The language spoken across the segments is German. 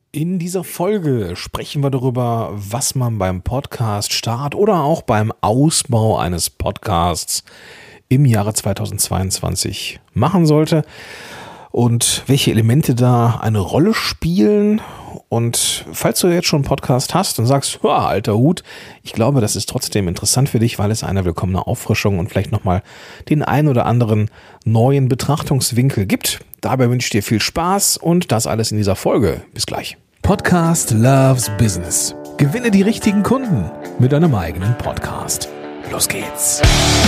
In dieser Folge sprechen wir darüber, was man beim Podcast-Start oder auch beim Ausbau eines Podcasts im Jahre 2022 machen sollte und welche Elemente da eine Rolle spielen. Und falls du jetzt schon einen Podcast hast und sagst, alter Hut, ich glaube, das ist trotzdem interessant für dich, weil es eine willkommene Auffrischung und vielleicht nochmal den einen oder anderen neuen Betrachtungswinkel gibt. Dabei wünsche ich dir viel Spaß und das alles in dieser Folge. Bis gleich. Podcast Loves Business. Gewinne die richtigen Kunden mit deinem eigenen Podcast. Los geht's.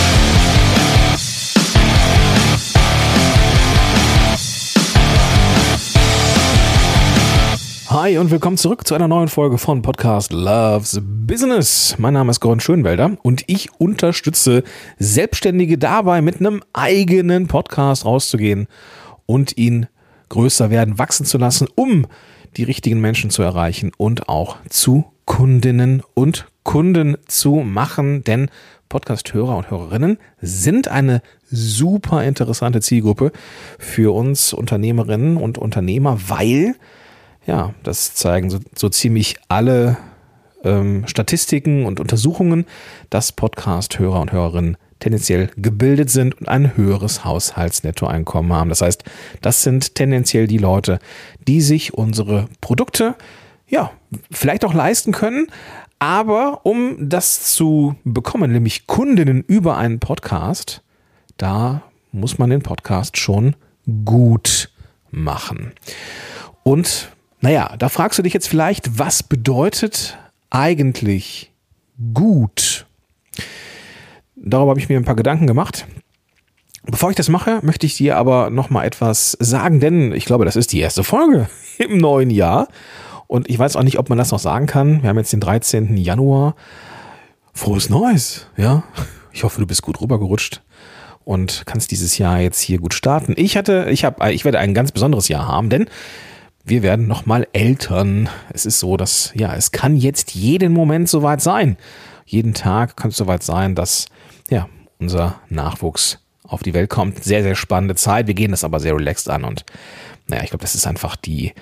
Hi und willkommen zurück zu einer neuen Folge von Podcast Loves Business. Mein Name ist Gordon Schönwelder und ich unterstütze Selbstständige dabei, mit einem eigenen Podcast rauszugehen und ihn größer werden, wachsen zu lassen, um die richtigen Menschen zu erreichen und auch zu Kundinnen und Kunden zu machen. Denn Podcast-Hörer und Hörerinnen sind eine super interessante Zielgruppe für uns Unternehmerinnen und Unternehmer, weil, ja, das zeigen so ziemlich alle Statistiken und Untersuchungen, dass Podcast-Hörer und Hörerinnen tendenziell gebildet sind und ein höheres Haushaltsnettoeinkommen haben. Das heißt, das sind tendenziell die Leute, die sich unsere Produkte, ja, vielleicht auch leisten können. Aber um das zu bekommen, nämlich Kundinnen über einen Podcast, da muss man den Podcast schon gut machen. Und naja, da fragst du dich jetzt vielleicht, was bedeutet eigentlich gut? Darüber habe ich mir ein paar Gedanken gemacht. Bevor ich das mache, möchte ich dir aber noch mal etwas sagen, denn ich glaube, das ist die erste Folge im neuen Jahr. Und ich weiß auch nicht, ob man das noch sagen kann. Wir haben jetzt den 13. Januar. Frohes Neues, ja. Ich hoffe, du bist gut rübergerutscht und kannst dieses Jahr jetzt hier gut starten. Ich werde ein ganz besonderes Jahr haben, denn wir werden noch mal Eltern. Es ist so, dass, ja, es kann jetzt jeden Moment soweit sein. Jeden Tag kann es soweit sein, dass, ja, unser Nachwuchs auf die Welt kommt. Sehr, sehr spannende Zeit. Wir gehen das aber sehr relaxed an und, naja, ich glaube, das ist einfach die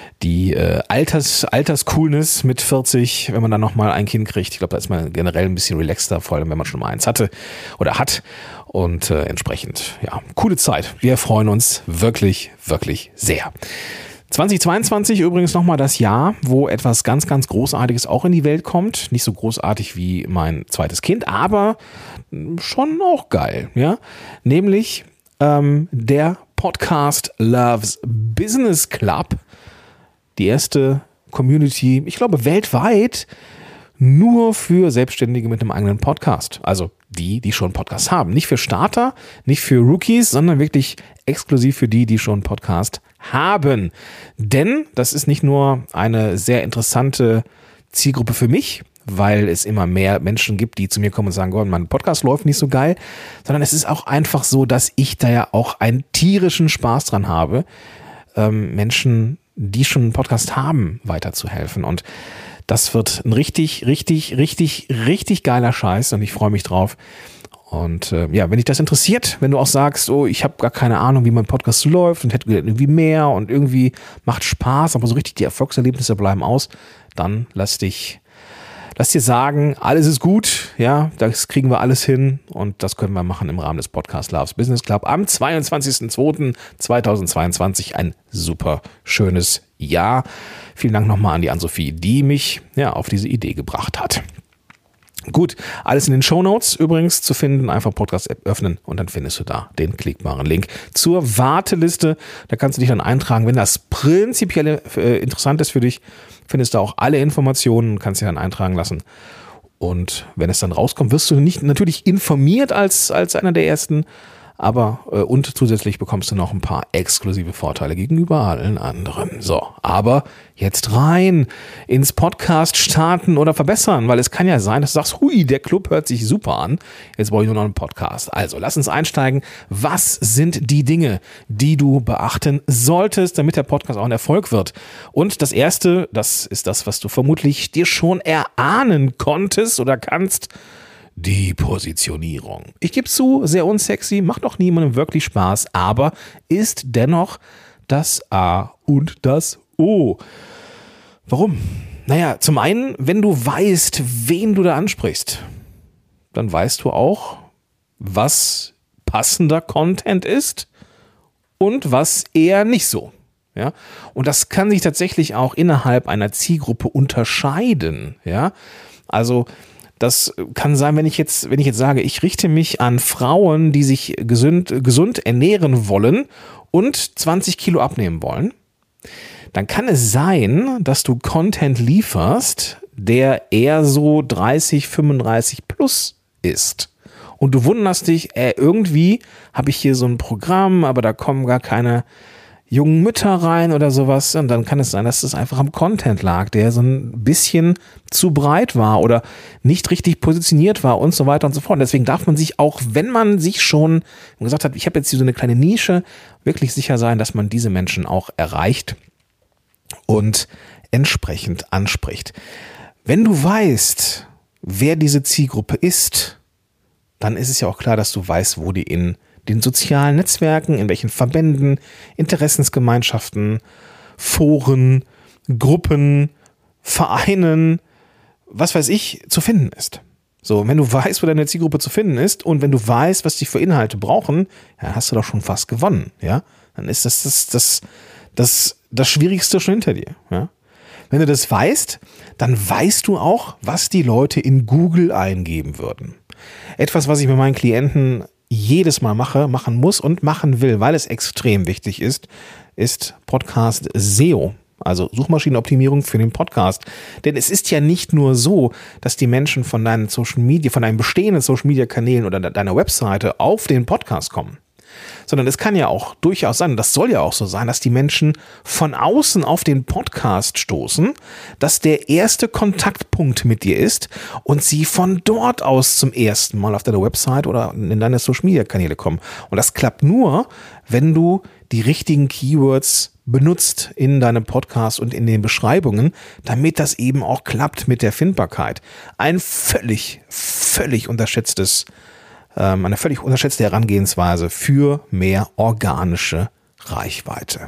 Alterscoolness mit 40, wenn man dann nochmal ein Kind kriegt. Ich glaube, da ist man generell ein bisschen relaxter, vor allem wenn man schon mal eins hatte oder hat. Und entsprechend, ja, coole Zeit. Wir freuen uns wirklich, wirklich sehr. 2022 übrigens nochmal das Jahr, wo etwas ganz, ganz Großartiges auch in die Welt kommt. Nicht so großartig wie mein zweites Kind, aber schon auch geil, ja. Nämlich der Podcast Loves Business Club. Die erste Community, ich glaube weltweit, nur für Selbstständige mit einem eigenen Podcast. Also die schon Podcasts haben. Nicht für Starter, nicht für Rookies, sondern wirklich exklusiv für die schon einen Podcast haben. Denn das ist nicht nur eine sehr interessante Zielgruppe für mich, weil es immer mehr Menschen gibt, die zu mir kommen und sagen, Gott, mein Podcast läuft nicht so geil, sondern es ist auch einfach so, dass ich da ja auch einen tierischen Spaß dran habe, Menschen, die schon einen Podcast haben, weiterzuhelfen. Und das wird ein richtig, richtig, richtig, richtig geiler Scheiß und ich freue mich drauf. Und ja, wenn dich das interessiert, wenn du auch sagst, oh, ich habe gar keine Ahnung, wie mein Podcast so läuft und hätte irgendwie mehr und irgendwie macht Spaß, aber so richtig die Erfolgserlebnisse bleiben aus, dann lass dir sagen, alles ist gut, ja, das kriegen wir alles hin und das können wir machen im Rahmen des Podcast Loves Business Club am 22.02.2022. Ein super schönes Jahr. Vielen Dank nochmal an die Ann-Sophie, die mich ja auf diese Idee gebracht hat. Gut, alles in den Shownotes übrigens zu finden. Einfach Podcast-App öffnen und dann findest du da den klickbaren Link zur Warteliste. Da kannst du dich dann eintragen. Wenn das prinzipiell interessant ist für dich, findest du auch alle Informationen und kannst dich dann eintragen lassen. Und wenn es dann rauskommt, wirst du nicht natürlich informiert als einer der ersten, aber und zusätzlich bekommst du noch ein paar exklusive Vorteile gegenüber allen anderen. So, aber jetzt rein ins Podcast starten oder verbessern, weil es kann ja sein, dass du sagst, hui, der Club hört sich super an, jetzt brauche ich nur noch einen Podcast. Also, lass uns einsteigen. Was sind die Dinge, die du beachten solltest, damit der Podcast auch ein Erfolg wird? Und das Erste, das ist das, was du vermutlich dir schon erahnen konntest oder kannst, die Positionierung. Ich gebe zu, sehr unsexy, macht auch niemandem wirklich Spaß, aber ist dennoch das A und das O. Warum? Naja, zum einen, wenn du weißt, wen du da ansprichst, dann weißt du auch, was passender Content ist und was eher nicht so. Ja? Und das kann sich tatsächlich auch innerhalb einer Zielgruppe unterscheiden. Ja? Also das kann sein, wenn ich jetzt sage, ich richte mich an Frauen, die sich gesund ernähren wollen und 20 Kilo abnehmen wollen, dann kann es sein, dass du Content lieferst, der eher so 30, 35 plus ist. Und du wunderst dich, irgendwie habe ich hier so ein Programm, aber da kommen gar keine jungen Mütter rein oder sowas. Und dann kann es sein, dass es einfach am Content lag, der so ein bisschen zu breit war oder nicht richtig positioniert war und so weiter und so fort. Und deswegen darf man sich auch, wenn man sich schon gesagt hat, ich habe jetzt hier so eine kleine Nische, wirklich sicher sein, dass man diese Menschen auch erreicht und entsprechend anspricht. Wenn du weißt, wer diese Zielgruppe ist, dann ist es ja auch klar, dass du weißt, wo die in den sozialen Netzwerken, in welchen Verbänden, Interessensgemeinschaften, Foren, Gruppen, Vereinen, was weiß ich, zu finden ist. So, wenn du weißt, wo deine Zielgruppe zu finden ist und wenn du weißt, was die für Inhalte brauchen, ja, hast du doch schon fast gewonnen, ja? Dann ist das Schwierigste schon hinter dir, ja? Wenn du das weißt, dann weißt du auch, was die Leute in Google eingeben würden. Etwas, was ich mit meinen Klienten jedes Mal machen muss und machen will, weil es extrem wichtig ist Podcast SEO, also Suchmaschinenoptimierung für den Podcast. Denn es ist ja nicht nur so, dass die Menschen von deinen von deinen bestehenden Social Media Kanälen oder deiner Webseite auf den Podcast kommen, sondern es kann ja auch durchaus sein, und das soll ja auch so sein, dass die Menschen von außen auf den Podcast stoßen, dass der erste Kontaktpunkt mit dir ist und sie von dort aus zum ersten Mal auf deine Website oder in deine Social-Media-Kanäle kommen. Und das klappt nur, wenn du die richtigen Keywords benutzt in deinem Podcast und in den Beschreibungen, damit das eben auch klappt mit der Findbarkeit. Eine völlig unterschätzte Herangehensweise für mehr organische Reichweite.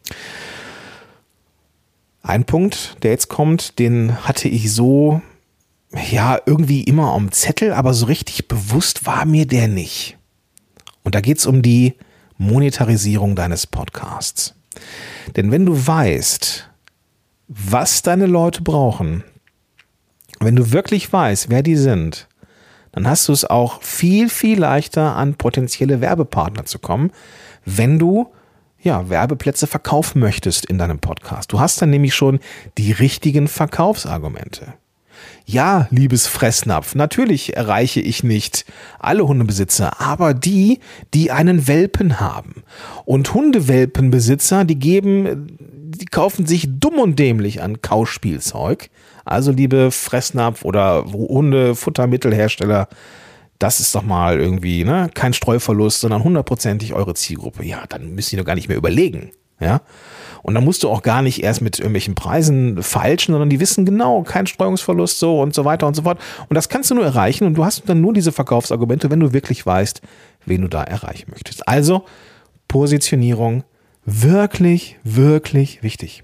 Ein Punkt, der jetzt kommt, den hatte ich so, ja, irgendwie immer am Zettel, aber so richtig bewusst war mir der nicht. Und da geht es um die Monetarisierung deines Podcasts. Denn wenn du weißt, was deine Leute brauchen, wenn du wirklich weißt, wer die sind, dann hast du es auch viel, viel leichter, an potenzielle Werbepartner zu kommen, wenn du Werbeplätze verkaufen möchtest in deinem Podcast. Du hast dann nämlich schon die richtigen Verkaufsargumente. Ja, liebes Fressnapf, natürlich erreiche ich nicht alle Hundebesitzer, aber die einen Welpen haben. Und Hundewelpenbesitzer, die kaufen sich dumm und dämlich an Kauspielzeug. Also liebe Fressnapf- oder Hundefuttermittelhersteller, das ist doch mal irgendwie kein Streuverlust, sondern 100%ig eure Zielgruppe. Ja, dann müsst ihr doch gar nicht mehr überlegen. Ja? Und dann musst du auch gar nicht erst mit irgendwelchen Preisen feilschen, sondern die wissen genau, kein Streuungsverlust so und so weiter und so fort. Und das kannst du nur erreichen und du hast dann nur diese Verkaufsargumente, wenn du wirklich weißt, wen du da erreichen möchtest. Also Positionierung, wirklich, wirklich wichtig.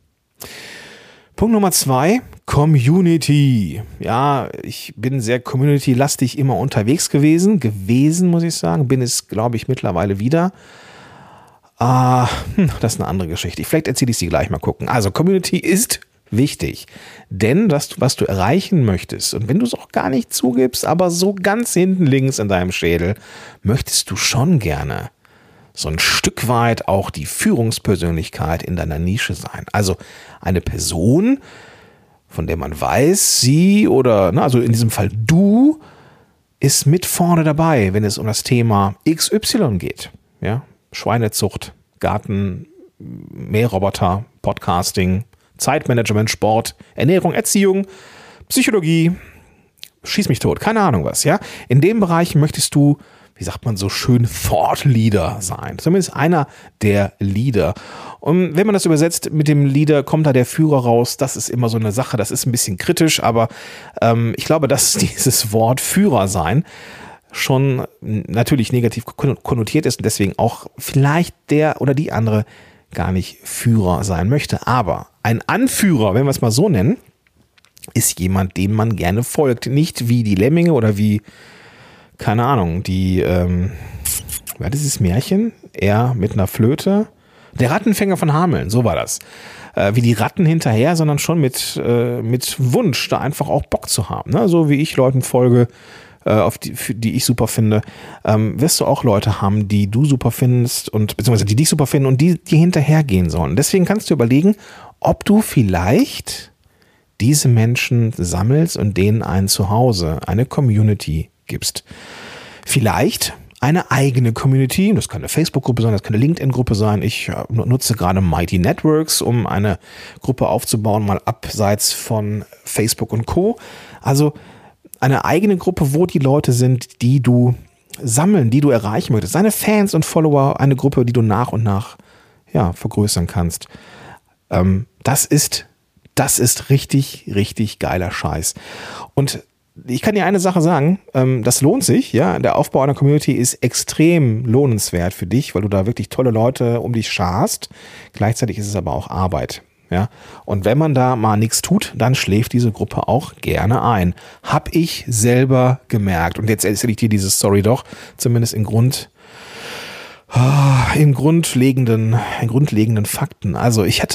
Punkt Nummer 2, Community. Ja, ich bin sehr community-lastig immer unterwegs gewesen, muss ich sagen. Bin es, glaube ich, mittlerweile wieder. Das ist eine andere Geschichte. Vielleicht erzähle ich sie gleich mal gucken. Also Community ist wichtig, denn was du erreichen möchtest und wenn du es auch gar nicht zugibst, aber so ganz hinten links in deinem Schädel, möchtest du schon gerne so ein Stück weit auch die Führungspersönlichkeit in deiner Nische sein. Also eine Person, von der man weiß, sie oder, also in diesem Fall du, ist mit vorne dabei, wenn es um das Thema XY geht. Ja, Schweinezucht, Garten, Mähroboter, Podcasting, Zeitmanagement, Sport, Ernährung, Erziehung, Psychologie, schieß mich tot, keine Ahnung was. Ja, in dem Bereich möchtest du, wie sagt man so schön, Thought Leader sein. Zumindest einer der Leader. Und wenn man das übersetzt mit dem Leader, kommt da der Führer raus. Das ist immer so eine Sache, das ist ein bisschen kritisch, aber ich glaube, dass dieses Wort Führer sein schon natürlich negativ konnotiert ist und deswegen auch vielleicht der oder die andere gar nicht Führer sein möchte. Aber ein Anführer, wenn wir es mal so nennen, ist jemand, dem man gerne folgt. Nicht wie die Lemminge oder wie, keine Ahnung, war dieses Märchen? Er mit einer Flöte. Der Rattenfänger von Hameln, so war das. Wie die Ratten hinterher, sondern schon mit Wunsch, da einfach auch Bock zu haben. Ne? So wie ich Leuten folge, die ich super finde, wirst du auch Leute haben, die du super findest und beziehungsweise die dich super finden und die hinterhergehen sollen. Deswegen kannst du überlegen, ob du vielleicht diese Menschen sammelst und denen ein Zuhause, eine Community gibst. Vielleicht eine eigene Community, das kann eine Facebook-Gruppe sein, das kann eine LinkedIn-Gruppe sein. Ich nutze gerade Mighty Networks, um eine Gruppe aufzubauen, mal abseits von Facebook und Co. Also eine eigene Gruppe, wo die Leute sind, die du sammeln, die du erreichen möchtest. Deine Fans und Follower, eine Gruppe, die du nach und nach vergrößern kannst. Das ist richtig, richtig geiler Scheiß. Und ich kann dir eine Sache sagen, das lohnt sich, ja, der Aufbau einer Community ist extrem lohnenswert für dich, weil du da wirklich tolle Leute um dich scharst. Gleichzeitig ist es aber auch Arbeit, ja. Und wenn man da mal nichts tut, dann schläft diese Gruppe auch gerne ein. Hab ich selber gemerkt. Und jetzt erzähle ich dir diese Story doch, zumindest in grundlegenden Fakten. Also ich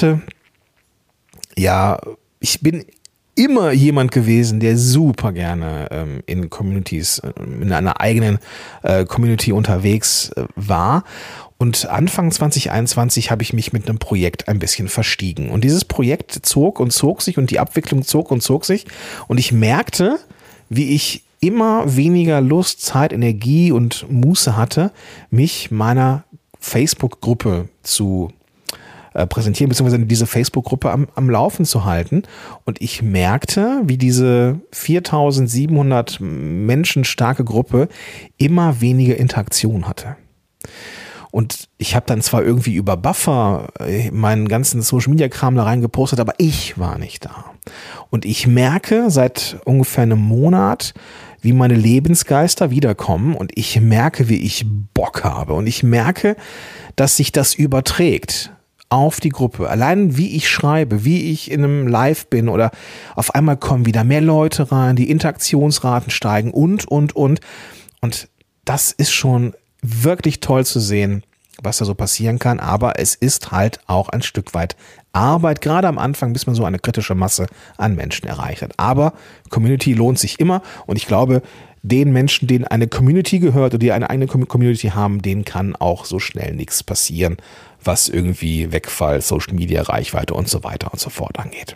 bin immer jemand gewesen, der super gerne in Communities, in einer eigenen Community unterwegs war. Und Anfang 2021 habe ich mich mit einem Projekt ein bisschen verstiegen. Und dieses Projekt zog sich und die Abwicklung zog sich. Und ich merkte, wie ich immer weniger Lust, Zeit, Energie und Muße hatte, mich meiner Facebook-Gruppe zu präsentieren, beziehungsweise diese Facebook-Gruppe am Laufen zu halten. Und ich merkte, wie diese 4.700 Menschen starke Gruppe immer weniger Interaktion hatte. Und ich habe dann zwar irgendwie über Buffer meinen ganzen Social-Media-Kram da reingepostet, aber ich war nicht da. Und ich merke seit ungefähr einem Monat, wie meine Lebensgeister wiederkommen und ich merke, wie ich Bock habe. Und ich merke, dass sich das überträgt auf die Gruppe. Allein wie ich schreibe, wie ich in einem Live bin oder auf einmal kommen wieder mehr Leute rein, die Interaktionsraten steigen und. Und das ist schon wirklich toll zu sehen, was da so passieren kann. Aber es ist halt auch ein Stück weit Arbeit, gerade am Anfang, bis man so eine kritische Masse an Menschen erreicht hat. Aber Community lohnt sich immer und ich glaube, den Menschen, denen eine Community gehört oder die eine eigene Community haben, denen kann auch so schnell nichts passieren, was irgendwie Wegfall, Social Media, Reichweite und so weiter und so fort angeht.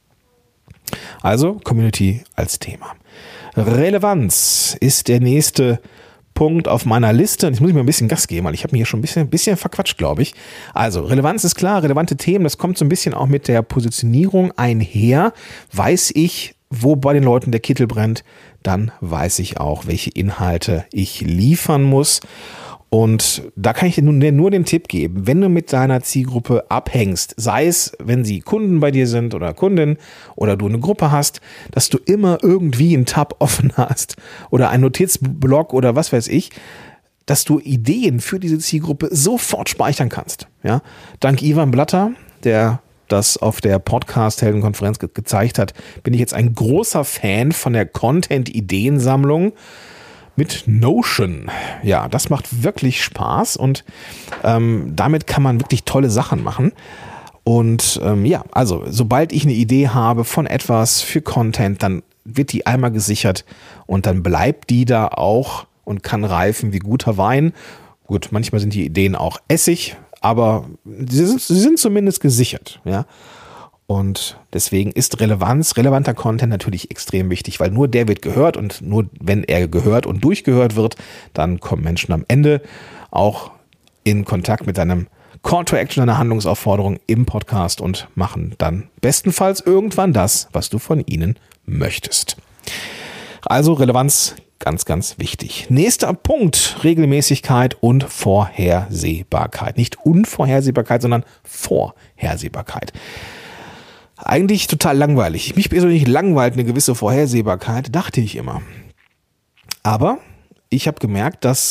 Also Community als Thema. Relevanz ist der nächste Punkt auf meiner Liste. Und jetzt muss ich mir ein bisschen Gas geben, weil ich habe mich hier schon ein bisschen verquatscht, glaube ich. Also Relevanz ist klar, relevante Themen, das kommt so ein bisschen auch mit der Positionierung einher. Weiß ich, wo bei den Leuten der Kittel brennt, dann weiß ich auch, welche Inhalte ich liefern muss. Und da kann ich dir nur den Tipp geben, wenn du mit deiner Zielgruppe abhängst, sei es, wenn sie Kunden bei dir sind oder Kundin oder du eine Gruppe hast, dass du immer irgendwie einen Tab offen hast oder einen Notizblock oder was weiß ich, dass du Ideen für diese Zielgruppe sofort speichern kannst. Ja? Dank Ivan Blatter, der das auf der Podcast-Heldenkonferenz gezeigt hat, bin ich jetzt ein großer Fan von der Content-Ideensammlung mit Notion. Ja, das macht wirklich Spaß und damit kann man wirklich tolle Sachen machen. Und also sobald ich eine Idee habe von etwas für Content, dann wird die einmal gesichert und dann bleibt die da auch und kann reifen wie guter Wein. Gut, manchmal sind die Ideen auch Essig, aber sie sind zumindest gesichert, ja. Und deswegen ist relevanter Content natürlich extrem wichtig, weil nur der wird gehört und nur wenn er gehört und durchgehört wird, dann kommen Menschen am Ende auch in Kontakt mit einem Call to Action, einer Handlungsaufforderung im Podcast und machen dann bestenfalls irgendwann das, was du von ihnen möchtest. Also Relevanz, ganz, ganz wichtig. Nächster Punkt, Regelmäßigkeit und Vorhersehbarkeit. Nicht Unvorhersehbarkeit, sondern Vorhersehbarkeit. Eigentlich total langweilig. Mich persönlich langweilt eine gewisse Vorhersehbarkeit, dachte ich immer. Aber ich habe gemerkt, dass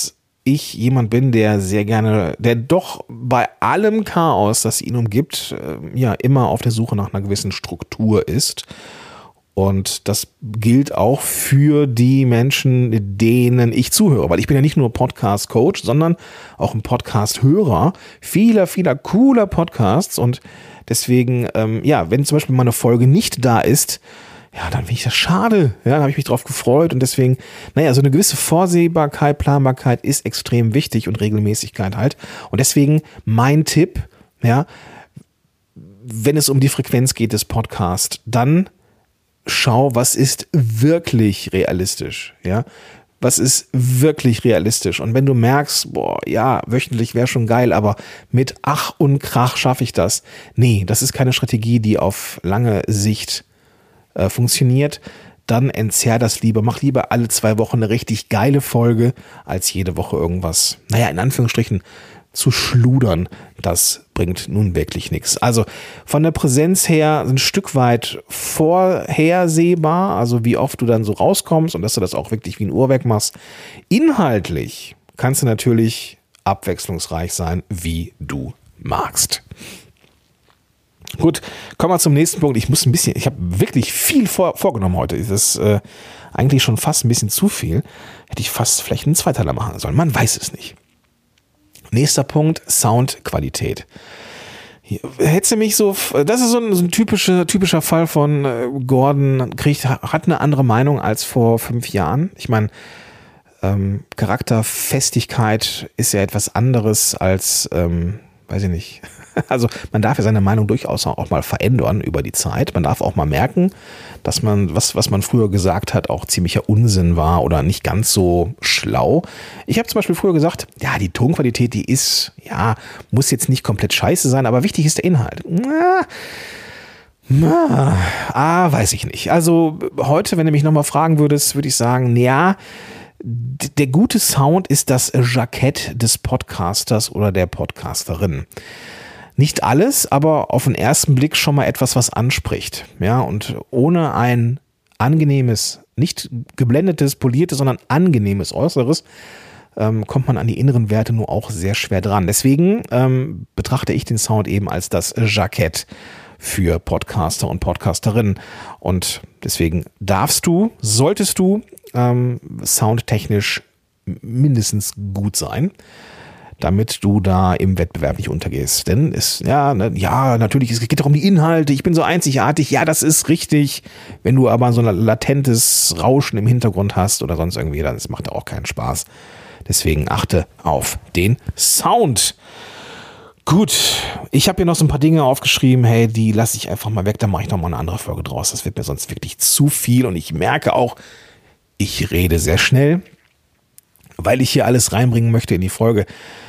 ich jemand bin, der doch bei allem Chaos, das ihn umgibt, immer auf der Suche nach einer gewissen Struktur ist. Und das gilt auch für die Menschen, denen ich zuhöre, weil ich bin ja nicht nur Podcast-Coach, sondern auch ein Podcast-Hörer vieler cooler Podcasts. Und deswegen, wenn zum Beispiel mal eine Folge nicht da ist, dann finde ich das schade. Ja, da habe ich mich drauf gefreut und deswegen, so eine gewisse Vorsehbarkeit, Planbarkeit ist extrem wichtig und Regelmäßigkeit halt. Und deswegen mein Tipp, wenn es um die Frequenz geht des Podcasts, dann schau, was ist wirklich realistisch, Was ist wirklich realistisch? Und wenn du merkst, wöchentlich wäre schon geil, aber mit Ach und Krach schaffe ich das. Nee, das ist keine Strategie, die auf lange Sicht funktioniert. Dann entzerr das lieber. Mach lieber alle 2 Wochen eine richtig geile Folge, als jede Woche irgendwas, in Anführungsstrichen, zu schludern. Das bringt nun wirklich nichts. Also von der Präsenz her ein Stück weit vorhersehbar, also wie oft du dann so rauskommst und dass du das auch wirklich wie ein Uhrwerk machst. Inhaltlich kannst du natürlich abwechslungsreich sein, wie du magst. Gut, kommen wir zum nächsten Punkt. Ich habe wirklich viel vorgenommen heute. Das ist eigentlich schon fast ein bisschen zu viel. Hätte ich fast vielleicht einen Zweiteiler machen sollen. Man weiß es nicht. Nächster Punkt, Soundqualität. Hättest du mich das ist so ein typischer Fall von Gordon, hat eine andere Meinung als vor 5 Jahren. Ich meine, Charakterfestigkeit ist ja etwas anderes als, weiß ich nicht. Also man darf ja seine Meinung durchaus auch mal verändern über die Zeit. Man darf auch mal merken, dass man, was man früher gesagt hat, auch ziemlicher Unsinn war oder nicht ganz so schlau. Ich habe zum Beispiel früher gesagt, die Tonqualität, die ist, muss jetzt nicht komplett scheiße sein, aber wichtig ist der Inhalt. Weiß ich nicht. Also heute, wenn du mich nochmal fragen würdest, würde ich sagen, der gute Sound ist das Jackett des Podcasters oder der Podcasterin. Nicht alles, aber auf den ersten Blick schon mal etwas, was anspricht. Ja, und ohne ein angenehmes, nicht geblendetes, poliertes, sondern angenehmes Äußeres kommt man an die inneren Werte nur auch sehr schwer dran. Deswegen betrachte ich den Sound eben als das Jackett für Podcaster und Podcasterinnen. Und deswegen solltest du soundtechnisch mindestens gut sein, damit du da im Wettbewerb nicht untergehst. Denn natürlich, es geht doch um die Inhalte, ich bin so einzigartig, das ist richtig. Wenn du aber so ein latentes Rauschen im Hintergrund hast oder sonst irgendwie, dann macht das auch keinen Spaß. Deswegen achte auf den Sound. Gut, ich habe hier noch so ein paar Dinge aufgeschrieben, die lasse ich einfach mal weg, da mache ich noch mal eine andere Folge draus. Das wird mir sonst wirklich zu viel und ich merke auch, ich rede sehr schnell, weil ich hier alles reinbringen möchte in die Folge.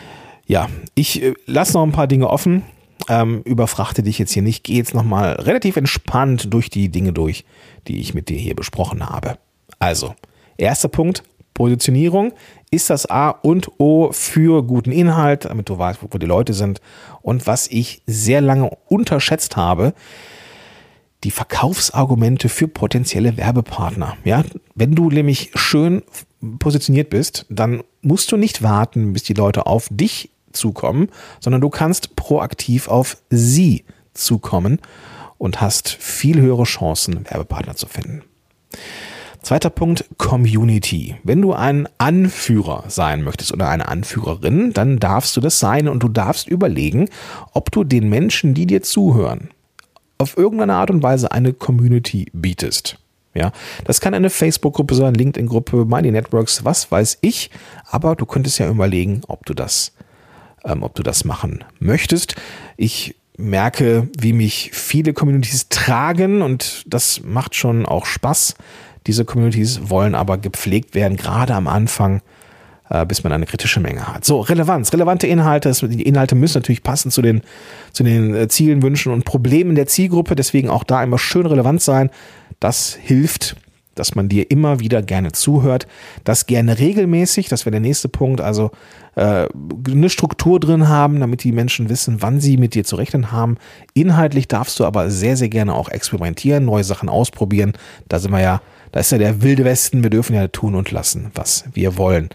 Ich lasse noch ein paar Dinge offen, überfrachte dich jetzt hier nicht, gehe jetzt nochmal relativ entspannt durch die Dinge durch, die ich mit dir hier besprochen habe. Also, erster Punkt, Positionierung ist das A und O für guten Inhalt, damit du weißt, wo die Leute sind. Und was ich sehr lange unterschätzt habe, die Verkaufsargumente für potenzielle Werbepartner. Wenn du nämlich schön positioniert bist, dann musst du nicht warten, bis die Leute auf dich zukommen, sondern du kannst proaktiv auf sie zukommen und hast viel höhere Chancen, Werbepartner zu finden. Zweiter Punkt, Community. Wenn du ein Anführer sein möchtest oder eine Anführerin, dann darfst du das sein und du darfst überlegen, ob du den Menschen, die dir zuhören, auf irgendeine Art und Weise eine Community bietest. Das kann eine Facebook-Gruppe sein, LinkedIn-Gruppe, Mighty Networks, was weiß ich, aber du könntest ja überlegen, ob du das machen möchtest. Ich merke, wie mich viele Communities tragen und das macht schon auch Spaß. Diese Communities wollen aber gepflegt werden, gerade am Anfang, bis man eine kritische Menge hat. So, Relevanz, relevante Inhalte. Die Inhalte müssen natürlich passen zu den Zielen, Wünschen und Problemen der Zielgruppe. Deswegen auch da immer schön relevant sein. Das hilft, dass man dir immer wieder gerne zuhört. Das gerne regelmäßig, das wäre der nächste Punkt. Also eine Struktur drin haben, damit die Menschen wissen, wann sie mit dir zu rechnen haben. Inhaltlich darfst du aber sehr, sehr gerne auch experimentieren, neue Sachen ausprobieren. Da ist ja der wilde Westen. Wir dürfen ja tun und lassen, was wir wollen.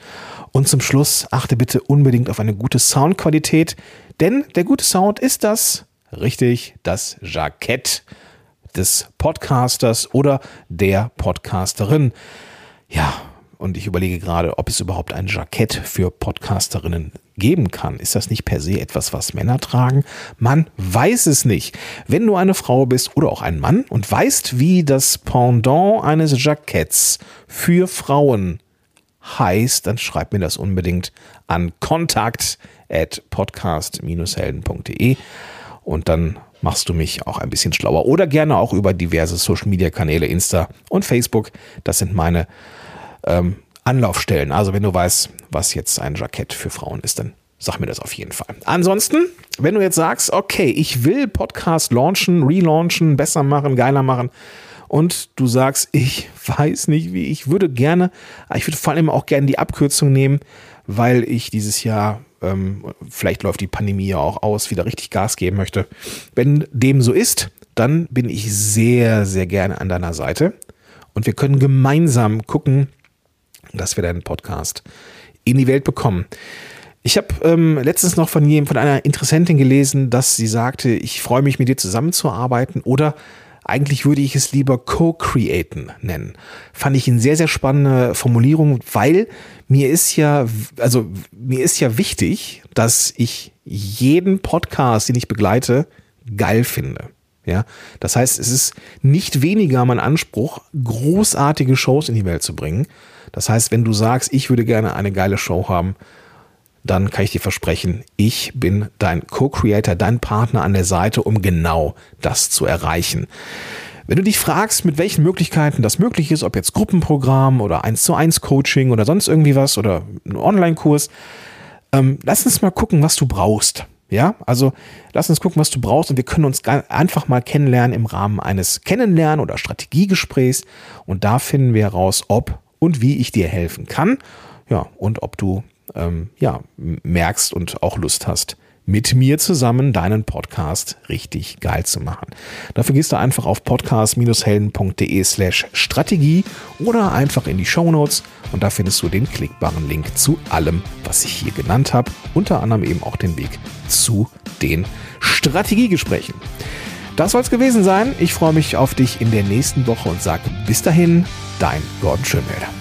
Und zum Schluss achte bitte unbedingt auf eine gute Soundqualität, denn der gute Sound ist das Jackett des Podcasters oder der Podcasterin. Ja, und ich überlege gerade, ob es überhaupt ein Jackett für Podcasterinnen geben kann. Ist das nicht per se etwas, was Männer tragen? Man weiß es nicht. Wenn du eine Frau bist oder auch ein Mann und weißt, wie das Pendant eines Jacketts für Frauen heißt, dann schreib mir das unbedingt an kontakt@podcast-helden.de und dann machst du mich auch ein bisschen schlauer. Oder gerne auch über diverse Social-Media-Kanäle, Insta und Facebook. Das sind meine Anlaufstellen. Also wenn du weißt, was jetzt ein Jackett für Frauen ist, dann sag mir das auf jeden Fall. Ansonsten, wenn du jetzt sagst, okay, ich will Podcast launchen, relaunchen, besser machen, geiler machen und du sagst, ich weiß nicht wie, ich würde vor allem auch gerne die Abkürzung nehmen, weil ich dieses Jahr, vielleicht läuft die Pandemie ja auch aus, wieder richtig Gas geben möchte. Wenn dem so ist, dann bin ich sehr, sehr gerne an deiner Seite und wir können gemeinsam gucken, dass wir deinen Podcast in die Welt bekommen. Ich habe letztens noch von einer Interessentin gelesen, dass sie sagte, ich freue mich mit dir zusammenzuarbeiten oder eigentlich würde ich es lieber Co-Createn nennen. Fand ich eine sehr, sehr spannende Formulierung, weil mir ist ja wichtig, dass ich jeden Podcast, den ich begleite, geil finde. Ja, das heißt, es ist nicht weniger mein Anspruch, großartige Shows in die Welt zu bringen. Das heißt, wenn du sagst, ich würde gerne eine geile Show haben, dann kann ich dir versprechen, ich bin dein Co-Creator, dein Partner an der Seite, um genau das zu erreichen. Wenn du dich fragst, mit welchen Möglichkeiten das möglich ist, ob jetzt Gruppenprogramm oder 1:1 Coaching oder sonst irgendwie was oder ein Online-Kurs, lass uns mal gucken, was du brauchst. Ja, also lass uns gucken, was du brauchst und wir können uns einfach mal kennenlernen im Rahmen eines Kennenlernen- oder Strategiegesprächs und da finden wir heraus, ob und wie ich dir helfen kann, ja, und ob du merkst und auch Lust hast, mit mir zusammen deinen Podcast richtig geil zu machen. Dafür gehst du einfach auf podcast-helden.de/Strategie oder einfach in die Shownotes und da findest du den klickbaren Link zu allem, was ich hier genannt habe, unter anderem eben auch den Weg zu den Strategiegesprächen. Das soll es gewesen sein. Ich freue mich auf dich in der nächsten Woche und sage bis dahin, dein Gordon Schönwälder.